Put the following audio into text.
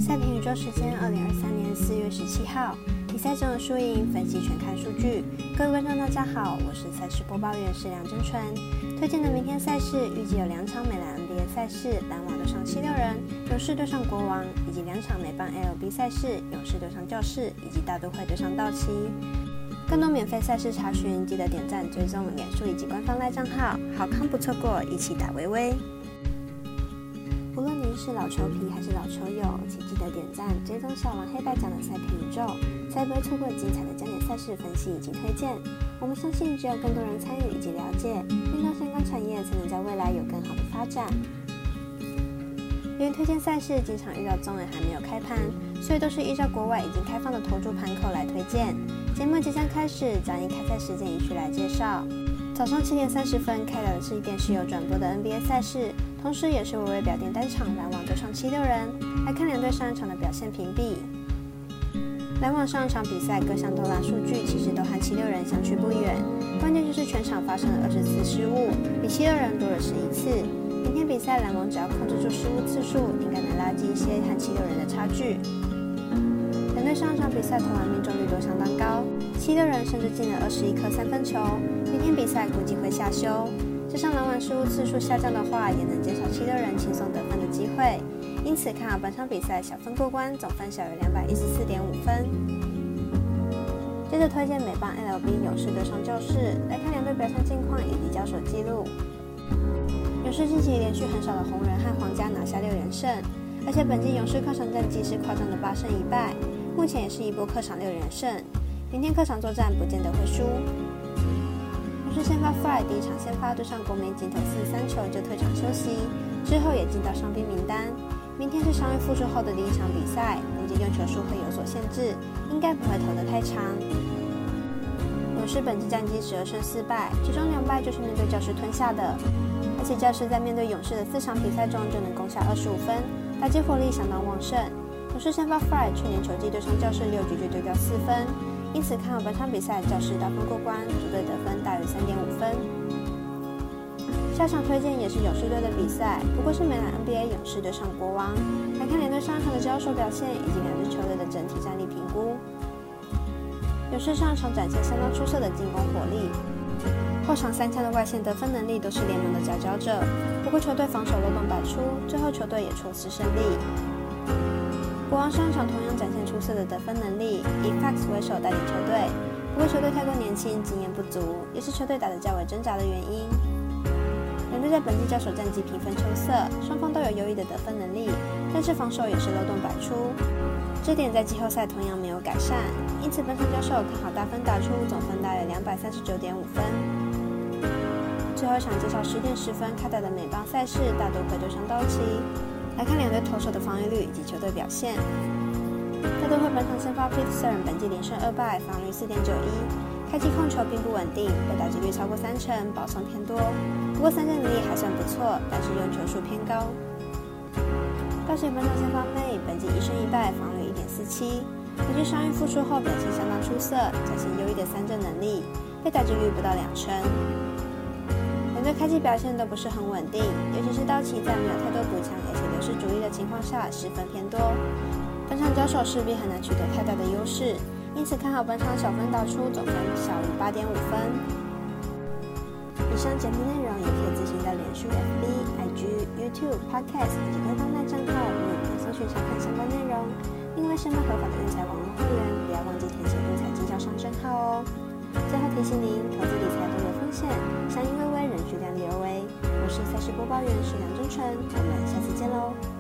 赛评宇宙时间2023年4月17号，比赛中的输赢分析全看数据。各位观众大家好，我是赛事播报员是梁真纯。推荐的明天赛事预计有2场美篮 NBA 赛事，篮网对上76人，勇士对上国王，以及2场美棒 LB 赛事，勇士对上教士，以及大都会对上道奇。更多免费赛事查询，记得点赞、追踪脸书以及官方赖账号，好康不错过，一起打微微。无论您是老球皮还是老球友，请记得点赞、追踪小王黑白奖的赛评宇宙，才不会错过精彩的焦点赛事分析以及推荐。我们相信，只有更多人参与以及了解运动相关产业，才能在未来有更好的发展。因为推荐赛事经常遇到中人还没有开盘，所以都是依照国外已经开放的投注盘口来推荐。节目即将开始，将以开赛时间依序来介绍。早上7点30分开打的是电视有转播的 NBA 赛事，同时也是微微表店单场篮网对上76人。来看两队上一场的表现评比。篮网上一场比赛各项投篮数据其实都和76人相去不远，关键就是全场发生了20次失误，比76人多了11次。明天比赛篮网只要控制住失误次数，应该能拉近一些和76人的差距。两队上一场比赛投篮命中率都相当高，76人甚至进了21颗三分球。明天比赛估计会下修，加上篮网失误次数下降的话，也能减少76人轻松得分的机会。因此看好本场比赛小分过关，总分小于214.5分。接着推荐美棒 LB 勇士对上教士，来看两队表现近况以及交手记录。勇士近期连续很少的红人和皇家拿下6连胜，而且本季勇士客场战绩是夸张的8胜1败，目前也是一波客场6连胜。明天客场作战不见得会输。勇士先发 Fry 第一场先发对上国民仅投43球就退场休息，之后也进到伤兵名单。明天是伤愈复出后的第一场比赛，估计用球数会有所限制，应该不会投得太长。勇士本季战绩12胜4败，其中2败就是面对教士吞下的，而且教士在面对勇士的4场比赛中就能攻下25分，打击火力相当旺盛。勇士先发 Fry 去年球季对上教士6局就丢掉4分，因此看好本场比赛教士大分过关，主队得分大于3.5分。下场推荐也是勇士队的比赛，不过是美篮 NBA 勇士对上国王，来看两队上一场的交手表现以及两支球队的整体战力评估。勇士上一场展现相当出色的进攻火力，后场3枪的外线得分能力都是联盟的佼佼者，不过球队防守漏洞百出，最后球队也错失胜利。国王上一场同样展现出色的得分能力，以 Fox 为首带领球队，不过球队太过年轻，经验不足，也是球队打得较为挣扎的原因。两队在本季交手战绩评分出色，双方都有优异的得分能力，但是防守也是漏洞百出，这点在季后赛同样没有改善，因此本场交手看好大分打出，总分大约239.5分。最后一场介绍10点10分开打的美棒赛事，大都会对上道奇，来看两队投手的防御率以及球队表现。大都会本场先发 Peterson 本季连胜2败，防御率4.91，开机控球并不稳定，被打击率超过30%，保送偏多。不过三振能力还算不错，但是用球数偏高。道奇本场先发 May 本季1胜1败，防御率1.47，根据伤愈复出后表现相当出色，展现优异的三振能力，被打击率不到2%。两队开机表现都不是很稳定，尤其是道奇在没有太多补强而且流失主力的情况下，失分偏多。本场交手势必很难取得太大的优势，因此看好本场小分打出，总分小于8.5分。以上节目内容也可以自行到脸书、FB、IG、YouTube、Podcast 以及官方赖账号与搜寻查看相关内容。另外，申办合法的运彩网络会员，不要忘记填写运彩经销商证号哦。最后提醒您，投资理财都有风险，相依为仍需量力而为。我是赛事播报员梁真纯，我们下次见喽。